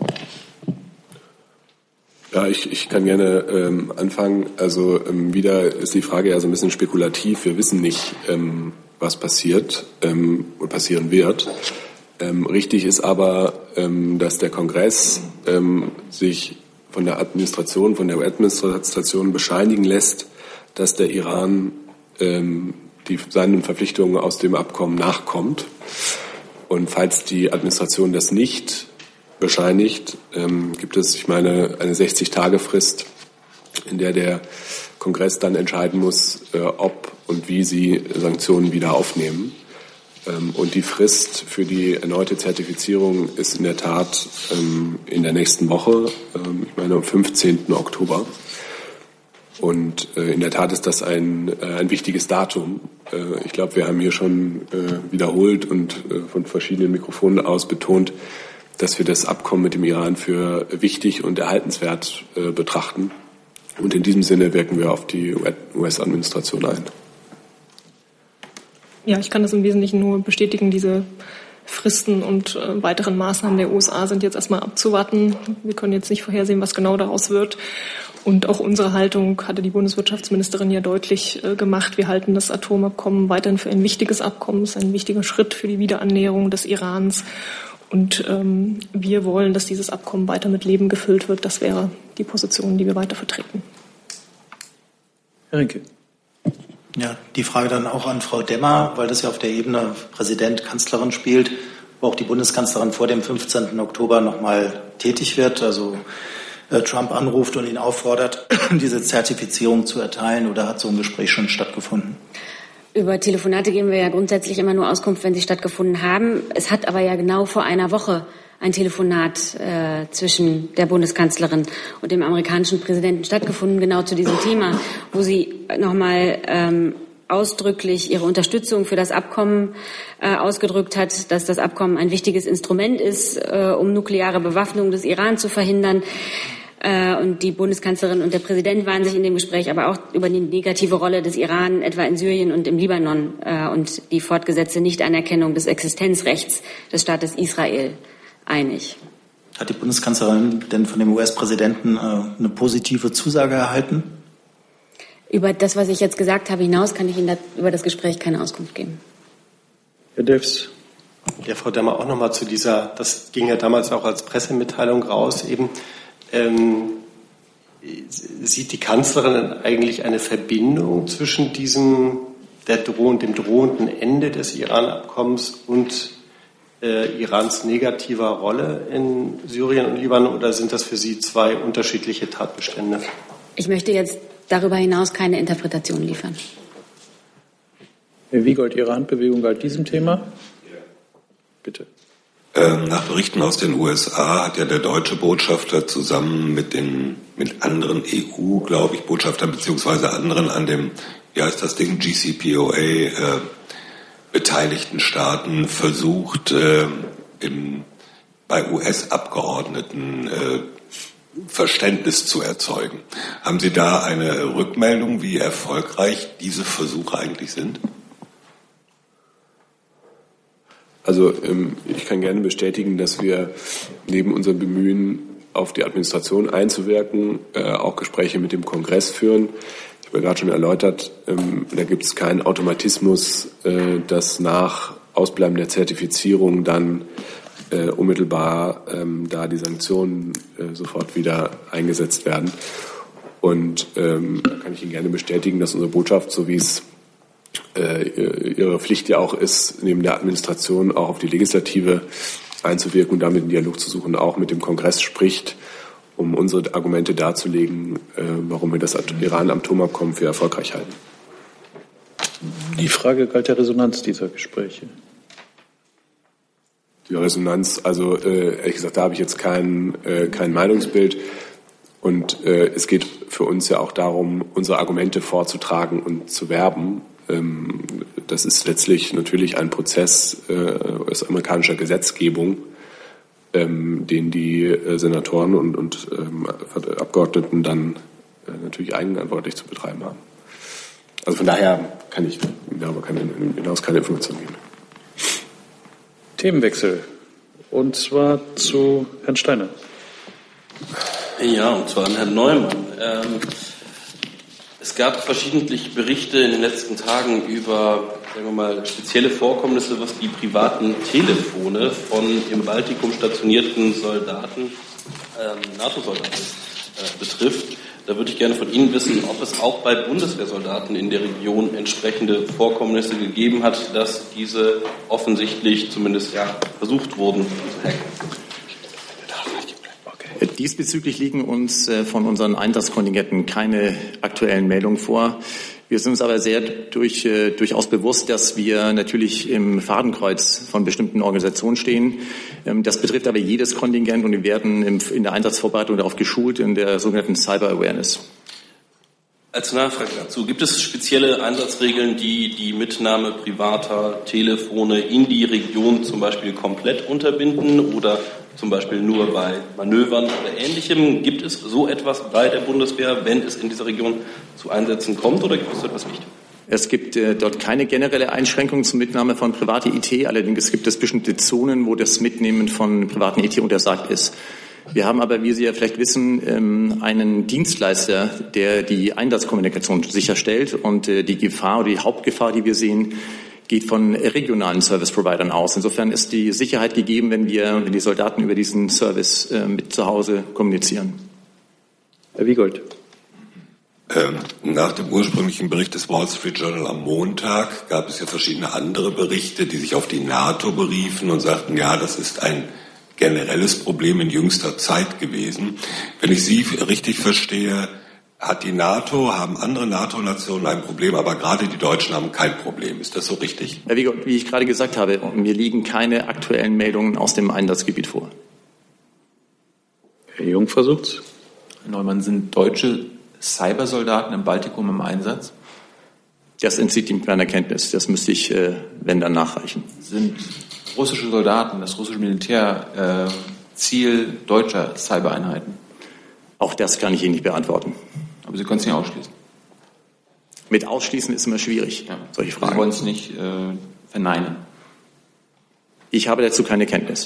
Ja, ich, ich kann gerne ähm, anfangen. Also ähm, wieder ist die Frage ja so ein bisschen spekulativ. Wir wissen nicht, ähm, was passiert ähm, und passieren wird. Ähm, richtig ist aber, ähm, dass der Kongress ähm, sich von der Administration, von der U S-Administration bescheinigen lässt, dass der Iran ähm, die, seinen Verpflichtungen aus dem Abkommen nachkommt. Und falls die Administration das nicht bescheinigt, ähm, gibt es, ich meine, eine sechzig-Tage-Frist, in der der Kongress dann entscheiden muss, äh, ob und wie sie Sanktionen wieder aufnehmen. Ähm, und die Frist für die erneute Zertifizierung ist in der Tat ähm, in der nächsten Woche, ähm, ich meine am fünfzehnten Oktober. Und äh, in der Tat ist das ein, äh, ein wichtiges Datum. Äh, ich glaube, wir haben hier schon äh, wiederholt und äh, von verschiedenen Mikrofonen aus betont, dass wir das Abkommen mit dem Iran für wichtig und erhaltenswert äh, betrachten. Und in diesem Sinne wirken wir auf die U S-Administration ein. Ja, ich kann das im Wesentlichen nur bestätigen. Diese Fristen und äh, weiteren Maßnahmen der U S A sind jetzt erstmal abzuwarten. Wir können jetzt nicht vorhersehen, was genau daraus wird. Und auch unsere Haltung hatte die Bundeswirtschaftsministerin ja deutlich äh, gemacht. Wir halten das Atomabkommen weiterhin für ein wichtiges Abkommen. Es ist ein wichtiger Schritt für die Wiederannäherung des Irans. Und ähm, wir wollen, dass dieses Abkommen weiter mit Leben gefüllt wird. Das wäre die Position, die wir weiter vertreten. Herr Rinke. Ja, die Frage dann auch an Frau Demmer, weil das ja auf der Ebene Präsident, Kanzlerin spielt, wo auch die Bundeskanzlerin vor dem fünfzehnten Oktober nochmal tätig wird, also äh, Trump anruft und ihn auffordert, diese Zertifizierung zu erteilen, oder hat so ein Gespräch schon stattgefunden? Über Telefonate geben wir ja grundsätzlich immer nur Auskunft, wenn sie stattgefunden haben. Es hat aber ja genau vor einer Woche ein Telefonat äh, zwischen der Bundeskanzlerin und dem amerikanischen Präsidenten stattgefunden, genau zu diesem Thema, wo sie nochmal ähm, ausdrücklich ihre Unterstützung für das Abkommen äh, ausgedrückt hat, dass das Abkommen ein wichtiges Instrument ist, äh, um nukleare Bewaffnung des Iran zu verhindern. Und die Bundeskanzlerin und der Präsident waren sich in dem Gespräch aber auch über die negative Rolle des Iran, etwa in Syrien und im Libanon, und die fortgesetzte Nichtanerkennung des Existenzrechts des Staates Israel einig. Hat die Bundeskanzlerin denn von dem U S-Präsidenten eine positive Zusage erhalten? Über das, was ich jetzt gesagt habe, hinaus kann ich Ihnen über das Gespräch keine Auskunft geben. Herr Delfs. Ja, Frau Demmer, auch nochmal zu dieser, das ging ja damals auch als Pressemitteilung raus, eben, Ähm, sieht die Kanzlerin eigentlich eine Verbindung zwischen diesem, der drohend, dem drohenden Ende des Iran-Abkommens und äh, Irans negativer Rolle in Syrien und Libanon, oder sind das für Sie zwei unterschiedliche Tatbestände? Ich möchte jetzt darüber hinaus keine Interpretation liefern. Herr Wiegold, Ihre Handbewegung galt diesem Thema? Bitte. Ähm, nach Berichten aus den U S A hat ja der deutsche Botschafter zusammen mit den mit anderen E U, glaube ich, Botschaftern beziehungsweise anderen an dem, wie heißt das Ding, G C P O A äh, beteiligten Staaten versucht, äh, im, bei U S-Abgeordneten äh, Verständnis zu erzeugen. Haben Sie da eine Rückmeldung, wie erfolgreich diese Versuche eigentlich sind? Also ich kann gerne bestätigen, dass wir neben unserem Bemühen, auf die Administration einzuwirken, äh, auch Gespräche mit dem Kongress führen. Ich habe ja gerade schon erläutert, ähm, da gibt es keinen Automatismus, äh, dass nach Ausbleiben der Zertifizierung dann äh, unmittelbar ähm, da die Sanktionen äh, sofort wieder eingesetzt werden. Und ähm, da kann ich Ihnen gerne bestätigen, dass unsere Botschaft, so wie es äh, ihre Pflicht ja auch ist, neben der Administration auch auf die Legislative einzuwirken und damit einen Dialog zu suchen, auch mit dem Kongress spricht, um unsere Argumente darzulegen, äh, warum wir das Iran-Atomabkommen für erfolgreich halten. Die Frage galt der Resonanz dieser Gespräche. Die Resonanz, also äh, ehrlich gesagt, da habe ich jetzt kein, äh, kein Meinungsbild. Und äh, es geht für uns ja auch darum, unsere Argumente vorzutragen und zu werben. Ähm, das ist letztlich natürlich ein Prozess äh, aus amerikanischer Gesetzgebung, ähm, den die äh, Senatoren und, und ähm, Abgeordneten dann äh, natürlich eigenverantwortlich zu betreiben haben. Also von daher kann ich darüber keine, hinaus keine Informationen geben. Themenwechsel. Und zwar zu Herrn Steiner. Ja, und zwar an Herrn Neumann. Ähm, es gab verschiedentlich Berichte in den letzten Tagen über, sagen wir mal, spezielle Vorkommnisse, was die privaten Telefone von im Baltikum stationierten Soldaten, ähm, NATO-Soldaten äh, betrifft. Da würde ich gerne von Ihnen wissen, ob es auch bei Bundeswehrsoldaten in der Region entsprechende Vorkommnisse gegeben hat, dass diese offensichtlich zumindest ja, versucht wurden zu hacken. Diesbezüglich liegen uns von unseren Einsatzkontingenten keine aktuellen Meldungen vor. Wir sind uns aber sehr durch, durchaus bewusst, dass wir natürlich im Fadenkreuz von bestimmten Organisationen stehen. Das betrifft aber jedes Kontingent und wir werden in der Einsatzvorbereitung darauf geschult, in der sogenannten Cyber Awareness. Als Nachfrage dazu, gibt es spezielle Einsatzregeln, die die Mitnahme privater Telefone in die Region zum Beispiel komplett unterbinden oder zum Beispiel nur bei Manövern oder Ähnlichem? Gibt es so etwas bei der Bundeswehr, wenn es in dieser Region zu Einsätzen kommt, oder gibt es so etwas nicht? Es gibt äh, dort keine generelle Einschränkung zur Mitnahme von privater I T. Allerdings gibt es bestimmte Zonen, wo das Mitnehmen von privaten I T untersagt ist. Wir haben aber, wie Sie ja vielleicht wissen, ähm, einen Dienstleister, der die Einsatzkommunikation sicherstellt. Und äh, die Gefahr oder die Hauptgefahr, die wir sehen, geht von regionalen Service-Providern aus. Insofern ist die Sicherheit gegeben, wenn wir, wenn die Soldaten über diesen Service äh, mit zu Hause kommunizieren. Herr Wiegold. Ähm, nach dem ursprünglichen Bericht des Wall Street Journal am Montag gab es ja verschiedene andere Berichte, die sich auf die NATO beriefen und sagten, ja, das ist ein generelles Problem in jüngster Zeit gewesen. Wenn ich Sie richtig verstehe, hat die NATO, haben andere NATO-Nationen ein Problem, aber gerade die Deutschen haben kein Problem. Ist das so richtig? Herr Wiegold, wie ich gerade gesagt habe, mir liegen keine aktuellen Meldungen aus dem Einsatzgebiet vor. Herr Jung versucht's. Herr Neumann, sind deutsche Cybersoldaten im Baltikum im Einsatz? Das entzieht ihm meiner Kenntnis. Das müsste ich, äh, wenn dann, nachreichen. Sind russische Soldaten, das russische Militär, äh, Ziel deutscher Cybereinheiten? Auch das kann ich Ihnen nicht beantworten. Aber Sie können es nicht ausschließen. Mit Ausschließen ist immer schwierig, ja. Solche Fragen. Sie wollen es nicht äh, verneinen. Ich habe dazu keine Kenntnis.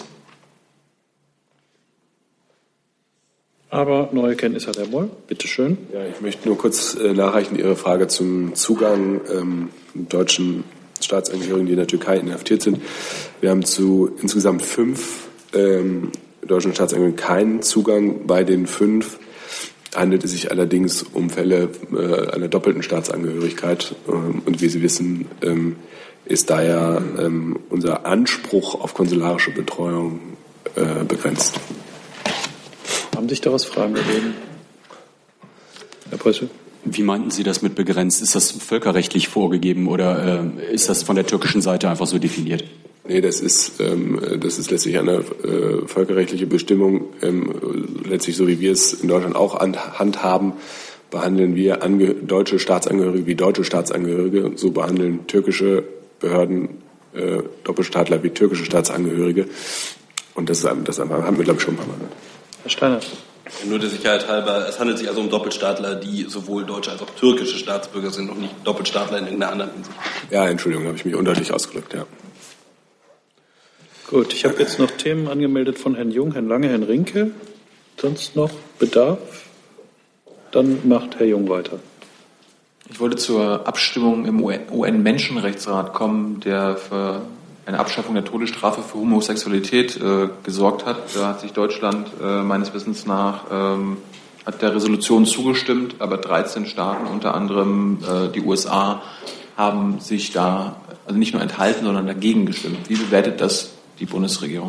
Aber neue Kenntnis hat Herr Moll. Bitte schön. Ja, ich möchte nur kurz äh, nachreichen Ihre Frage zum Zugang ähm, deutschen Staatsangehörigen, die in der Türkei inhaftiert sind. Wir haben zu insgesamt fünf ähm, deutschen Staatsangehörigen keinen Zugang. Bei den fünf handelt es sich allerdings um Fälle äh, einer doppelten Staatsangehörigkeit. Ähm, und wie Sie wissen, ähm, ist daher ähm, unser Anspruch auf konsularische Betreuung äh, begrenzt. Haben sich daraus Fragen ergeben? Herr Preußel? Wie meinten Sie das mit begrenzt? Ist das völkerrechtlich vorgegeben oder äh, ist das von der türkischen Seite einfach so definiert? Nee, das ist, ähm, das ist letztlich eine äh, völkerrechtliche Bestimmung. Ähm, letztlich, so wie wir es in Deutschland auch handhaben, behandeln wir ange- deutsche Staatsangehörige wie deutsche Staatsangehörige. So behandeln türkische Behörden äh, Doppelstaatler wie türkische Staatsangehörige. Und das, ist, das haben wir, glaube ich, schon ein paar Mal. Herr Steiner. Nur der Sicherheit halber, es handelt sich also um Doppelstaatler, die sowohl deutsche als auch türkische Staatsbürger sind und nicht Doppelstaatler in irgendeiner anderen Hinsicht. Ja, Entschuldigung, habe ich mich undeutlich ausgedrückt, ja. Gut, ich habe jetzt noch Themen angemeldet von Herrn Jung, Herrn Lange, Herrn Rinke. Sonst noch Bedarf? Dann macht Herr Jung weiter. Ich wollte zur Abstimmung im U N-Menschenrechtsrat kommen, der für eine Abschaffung der Todesstrafe für Homosexualität äh, gesorgt hat. Da hat sich Deutschland äh, meines Wissens nach ähm, hat der Resolution zugestimmt, aber dreizehn Staaten, unter anderem äh, die U S A, haben sich da also nicht nur enthalten, sondern dagegen gestimmt. Wie bewertet das die Bundesregierung?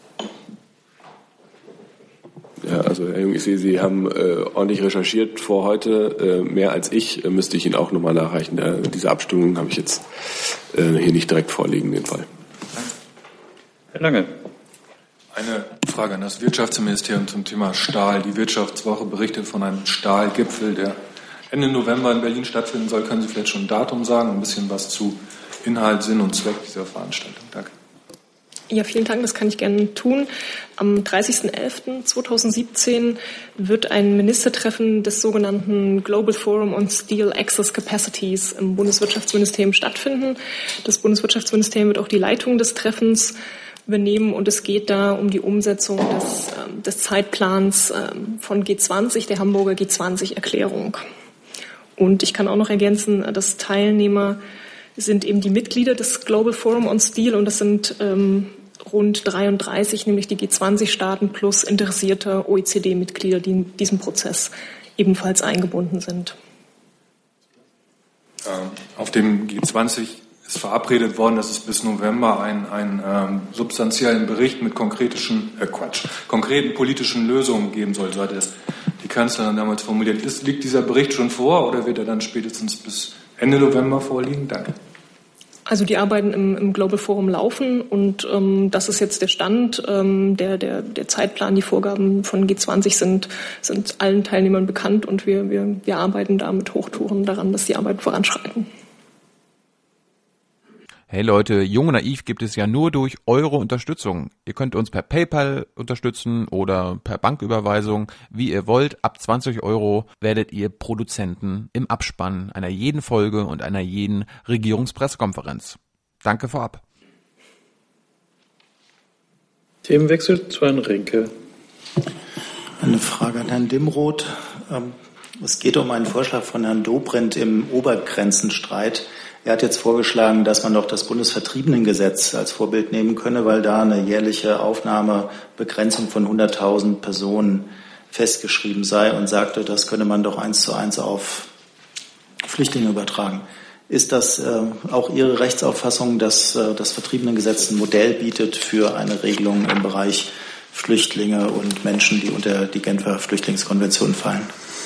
Ja, also Herr Jung, ich sehe, Sie haben äh, ordentlich recherchiert vor heute, äh, mehr als ich, äh, müsste ich Ihnen auch nochmal nachreichen. Äh, diese Abstimmung habe ich jetzt äh, hier nicht direkt vorliegen, den Fall. Herr Lange. Eine Frage an das Wirtschaftsministerium zum Thema Stahl. Die Wirtschaftswoche berichtet von einem Stahlgipfel, der Ende November in Berlin stattfinden soll. Können Sie vielleicht schon ein Datum sagen, ein bisschen was zu Inhalt, Sinn und Zweck dieser Veranstaltung? Danke. Ja, vielen Dank, das kann ich gerne tun. Am dreißigsten elften zweitausendsiebzehn wird ein Ministertreffen des sogenannten Global Forum on Steel Access Capacities im Bundeswirtschaftsministerium stattfinden. Das Bundeswirtschaftsministerium wird auch die Leitung des Treffens übernehmen und es geht da um die Umsetzung des, äh, des Zeitplans äh, von G zwanzig, der Hamburger G zwanzig-Erklärung. Und ich kann auch noch ergänzen, dass Teilnehmer sind eben die Mitglieder des Global Forum on Steel und das sind ähm, rund dreiunddreißig, nämlich die G zwanzig-Staaten plus interessierte O E C D-Mitglieder, die in diesem Prozess ebenfalls eingebunden sind. Ähm, auf dem G zwanzig ist verabredet worden, dass es bis November einen, einen ähm, substanziellen Bericht mit konkretischen, äh Quatsch, konkreten politischen Lösungen geben soll. So hat es die Kanzlerin damals formuliert. Ist, liegt dieser Bericht schon vor oder wird er dann spätestens bis Ende November vorliegen? Danke. Also die Arbeiten im, im Global Forum laufen und ähm, das ist jetzt der Stand. Ähm, der, der, der Zeitplan, die Vorgaben von G zwanzig sind, sind allen Teilnehmern bekannt und wir, wir, wir arbeiten da mit Hochtouren daran, dass die Arbeiten voranschreiten. Hey Leute, Jung und Naiv gibt es ja nur durch eure Unterstützung. Ihr könnt uns per PayPal unterstützen oder per Banküberweisung, wie ihr wollt. Ab zwanzig Euro werdet ihr Produzenten im Abspann einer jeden Folge und einer jeden Regierungspressekonferenz. Danke vorab. Themenwechsel zu Herrn Rinke. Eine Frage an Herrn Dimroth. Es geht um einen Vorschlag von Herrn Dobrindt im Obergrenzenstreit. Er hat jetzt vorgeschlagen, dass man doch das Bundesvertriebenengesetz als Vorbild nehmen könne, weil da eine jährliche Aufnahmebegrenzung von hunderttausend Personen festgeschrieben sei und sagte, das könne man doch eins zu eins auf Flüchtlinge übertragen. Ist das äh, auch Ihre Rechtsauffassung, dass äh, das Vertriebenengesetz ein Modell bietet für eine Regelung im Bereich Flüchtlinge und Menschen, die unter die Genfer Flüchtlingskonvention fallen?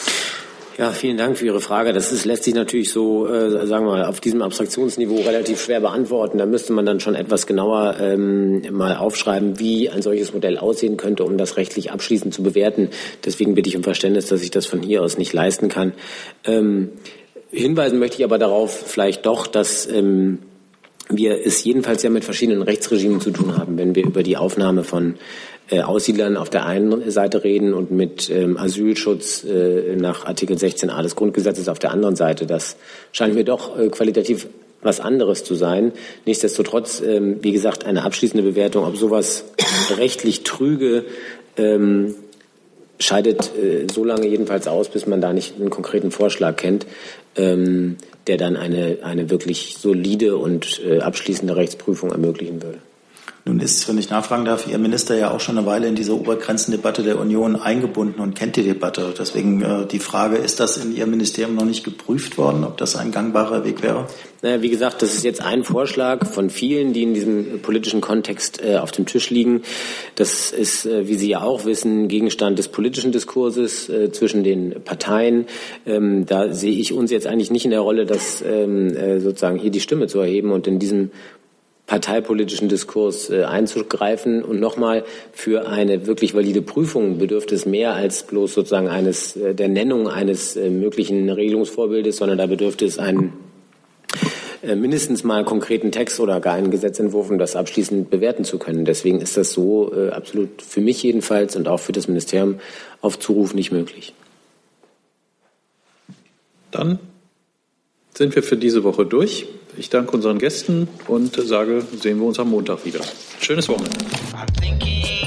Ja, vielen Dank für Ihre Frage. Das ist, lässt sich natürlich so, äh, sagen wir mal, auf diesem Abstraktionsniveau relativ schwer beantworten. Da müsste man dann schon etwas genauer ähm, mal aufschreiben, wie ein solches Modell aussehen könnte, um das rechtlich abschließend zu bewerten. Deswegen bitte ich um Verständnis, dass ich das von hier aus nicht leisten kann. Ähm, hinweisen möchte ich aber darauf vielleicht doch, dass ähm, wir es jedenfalls ja mit verschiedenen Rechtsregimen zu tun haben, wenn wir über die Aufnahme von äh, Aussiedlern auf der einen Seite reden und mit ähm, Asylschutz äh, nach Artikel sechzehn a des Grundgesetzes auf der anderen Seite. Das scheint mir doch äh, qualitativ was anderes zu sein. Nichtsdestotrotz, ähm, wie gesagt, eine abschließende Bewertung, ob sowas rechtlich trüge, ähm, scheidet äh, so lange jedenfalls aus, bis man da nicht einen konkreten Vorschlag kennt, ähm, der dann eine, eine wirklich solide und äh, abschließende Rechtsprüfung ermöglichen würde. Nun ist, wenn ich nachfragen darf, Ihr Minister ja auch schon eine Weile in diese Obergrenzendebatte der Union eingebunden und kennt die Debatte. Deswegen äh, die Frage, ist das in Ihrem Ministerium noch nicht geprüft worden, ob das ein gangbarer Weg wäre? Naja, wie gesagt, das ist jetzt ein Vorschlag von vielen, die in diesem politischen Kontext äh, auf dem Tisch liegen. Das ist, äh, wie Sie ja auch wissen, Gegenstand des politischen Diskurses äh, zwischen den Parteien. Ähm, da sehe ich uns jetzt eigentlich nicht in der Rolle, das ähm, äh, sozusagen hier die Stimme zu erheben und in diesem parteipolitischen Diskurs äh, einzugreifen. Und nochmal, für eine wirklich valide Prüfung bedürfte es mehr als bloß sozusagen eines äh, der Nennung eines äh, möglichen Regelungsvorbildes, sondern da bedürfte es einen äh, mindestens mal konkreten Text oder gar einen Gesetzentwurf, um das abschließend bewerten zu können. Deswegen ist das so äh, absolut für mich jedenfalls und auch für das Ministerium auf Zuruf nicht möglich. Dann sind wir für diese Woche durch. Ich danke unseren Gästen und sage, sehen wir uns am Montag wieder. Schönes Wochenende.